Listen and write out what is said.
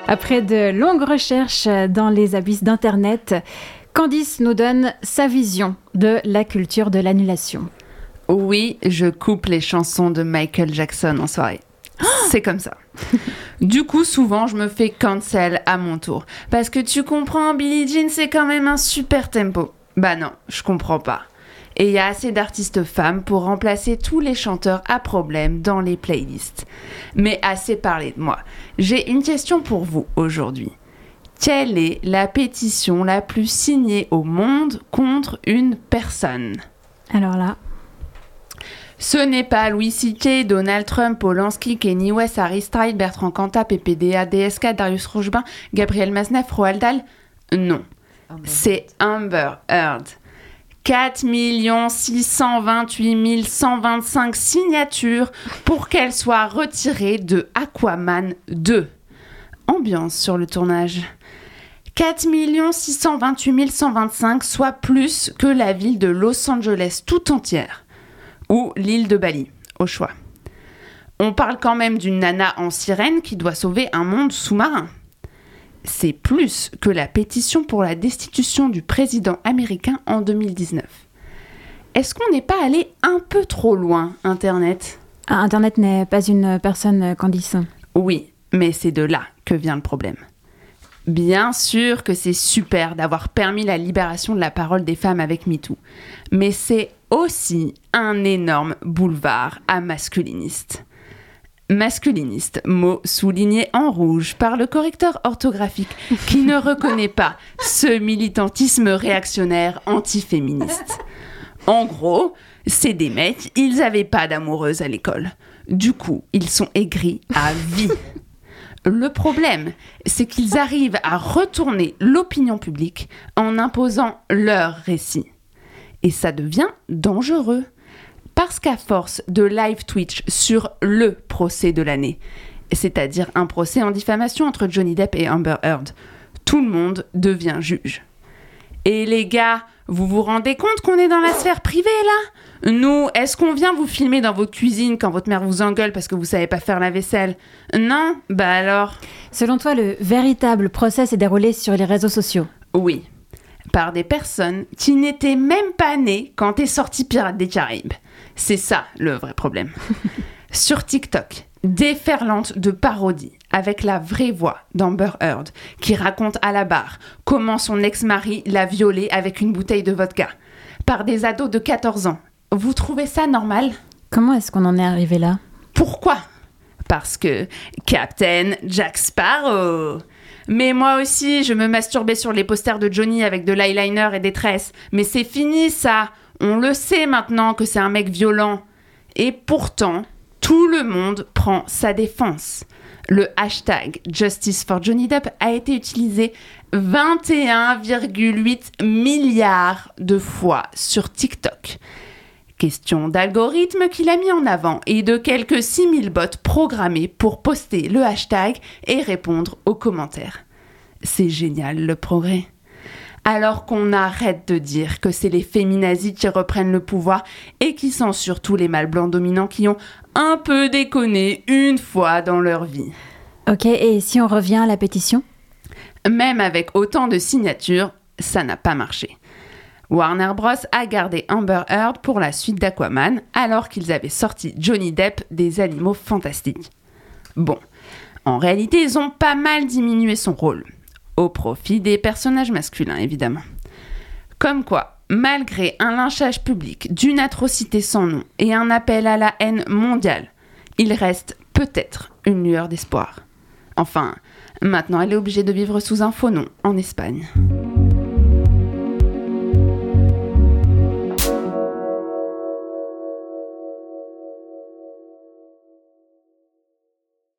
Après de longues recherches dans les abysses d'Internet, Candice nous donne sa vision de la culture de l'annulation. Oui, je coupe les chansons de Michael Jackson en soirée. C'est comme ça. Du coup, souvent, je me fais cancel à mon tour. Parce que tu comprends, Billie Jean, c'est quand même un super tempo. Bah non, je comprends pas. Et il y a assez d'artistes femmes pour remplacer tous les chanteurs à problème dans les playlists. Mais assez parlé de moi. J'ai une question pour vous aujourd'hui. Quelle est la pétition la plus signée au monde contre une personne ? Alors là... Ce n'est pas Louis C.K., Donald Trump, Polanski, Kanye West, Harry Styles, Bertrand Cantat, PPDA, DSK, Darius Rochebin, Gabriel Maznev, Roald Dahl. Non, c'est Amber Heard. 4 628 125 signatures pour qu'elle soit retirée de Aquaman 2. Ambiance sur le tournage. 4 628 125, soit plus que la ville de Los Angeles tout entière. Ou l'île de Bali, au choix. On parle quand même d'une nana en sirène qui doit sauver un monde sous-marin. C'est plus que la pétition pour la destitution du président américain en 2019. Est-ce qu'on n'est pas allé un peu trop loin, Internet ? Internet n'est pas une personne, Candice. Oui, mais c'est de là que vient le problème. Bien sûr que c'est super d'avoir permis la libération de la parole des femmes avec MeToo, mais c'est aussi un énorme boulevard à masculiniste. Masculiniste, mot souligné en rouge par le correcteur orthographique qui ne reconnaît pas ce militantisme réactionnaire antiféministe. En gros, c'est des mecs, ils avaient pas d'amoureuse à l'école. Du coup, ils sont aigris à vie. Le problème, c'est qu'ils arrivent à retourner l'opinion publique en imposant leur récit. Et ça devient dangereux. Parce qu'à force de live Twitch sur le procès de l'année, c'est-à-dire un procès en diffamation entre Johnny Depp et Amber Heard, tout le monde devient juge. Et les gars, vous vous rendez compte qu'on est dans la sphère privée, là ? Nous, est-ce qu'on vient vous filmer dans votre cuisine quand votre mère vous engueule parce que vous savez pas faire la vaisselle ? Non ? Bah alors ? Selon toi, le véritable procès s'est déroulé sur les réseaux sociaux ? Oui. Par des personnes qui n'étaient même pas nées quand est sorti Pirates des Caraïbes. C'est ça, le vrai problème. Sur TikTok, déferlante de parodies avec la vraie voix d'Amber Heard qui raconte à la barre comment son ex-mari l'a violée avec une bouteille de vodka. Par des ados de 14 ans. Vous trouvez ça normal ? Comment est-ce qu'on en est arrivé là ? Pourquoi ? Parce que Captain Jack Sparrow. Mais moi aussi, je me masturbais sur les posters de Johnny avec de l'eyeliner et des tresses. Mais c'est fini ça. On le sait maintenant que c'est un mec violent. Et pourtant, tout le monde prend sa défense. Le hashtag Justice for Johnny Depp a été utilisé 21,8 milliards de fois sur TikTok. Question d'algorithme qu'il a mis en avant et de quelques 6000 bots programmés pour poster le hashtag et répondre aux commentaires. C'est génial le progrès. Alors qu'on arrête de dire que c'est les féminazis qui reprennent le pouvoir et qui censurent tous les mâles blancs dominants qui ont un peu déconné une fois dans leur vie. Ok, et si on revient à la pétition ? Même avec autant de signatures, ça n'a pas marché. Warner Bros a gardé Amber Heard pour la suite d'Aquaman alors qu'ils avaient sorti Johnny Depp des Animaux Fantastiques. Bon, en réalité, ils ont pas mal diminué son rôle. Au profit des personnages masculins, évidemment. Comme quoi, malgré un lynchage public d'une atrocité sans nom et un appel à la haine mondiale, il reste peut-être une lueur d'espoir. Enfin, maintenant elle est obligée de vivre sous un faux nom en Espagne.